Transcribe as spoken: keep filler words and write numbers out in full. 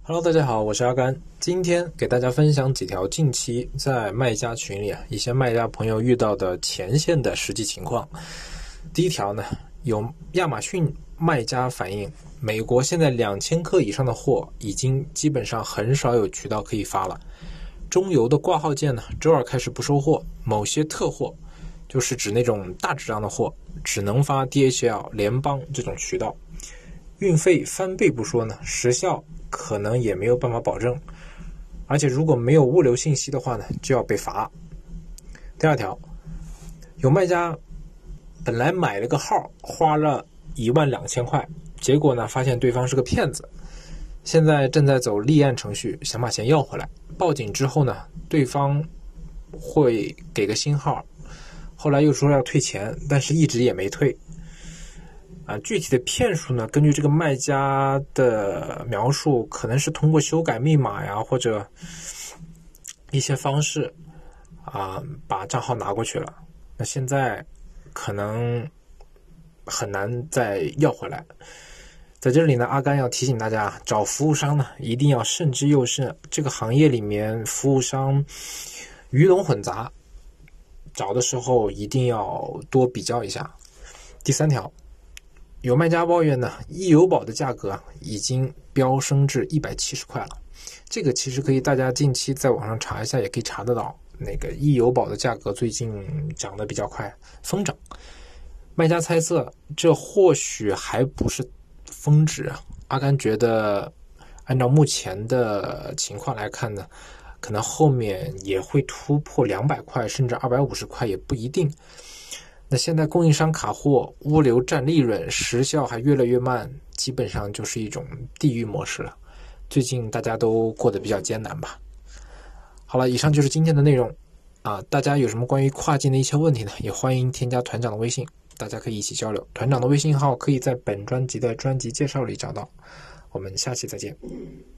Hello， 大家好，我是阿甘。今天给大家分享几条近期在卖家群里啊，一些卖家朋友遇到的前线的实际情况。第一条呢，有亚马逊卖家反映，美国现在两千克以上的货已经基本上很少有渠道可以发了。中邮的挂号件呢，周二开始不收货，某些特货，就是指那种大质量的货，只能发 D H L、联邦这种渠道。运费翻倍不说呢，时效可能也没有办法保证，而且如果没有物流信息的话呢，就要被罚。第二条，有卖家本来买了个号，花了一万两千块，结果呢发现对方是个骗子，现在正在走立案程序，想把钱要回来。报警之后呢，对方会给个新号，后来又说要退钱，但是一直也没退。啊，具体的骗术呢，根据这个卖家的描述，可能是通过修改密码呀，或者一些方式啊，把账号拿过去了。那现在可能很难再要回来。在这里呢，阿甘要提醒大家，找服务商呢，一定要慎之又慎。这个行业里面，服务商鱼龙混杂，找的时候一定要多比较一下。第三条，有卖家抱怨呢，易邮宝的价格已经飙升至一百七十块了。这个其实可以大家近期在网上查一下，也可以查得到。那个易邮宝的价格最近涨得比较快，疯涨。卖家猜测，这或许还不是峰值啊。阿甘觉得，按照目前的情况来看呢，可能后面也会突破两百块，甚至二百五十块也不一定。那现在供应商卡货，物流占利润，时效还越来越慢，基本上就是一种地狱模式了。最近大家都过得比较艰难吧。好了，以上就是今天的内容啊。大家有什么关于跨境的一些问题呢，也欢迎添加团长的微信，大家可以一起交流。团长的微信号可以在本专辑的专辑介绍里找到。我们下期再见。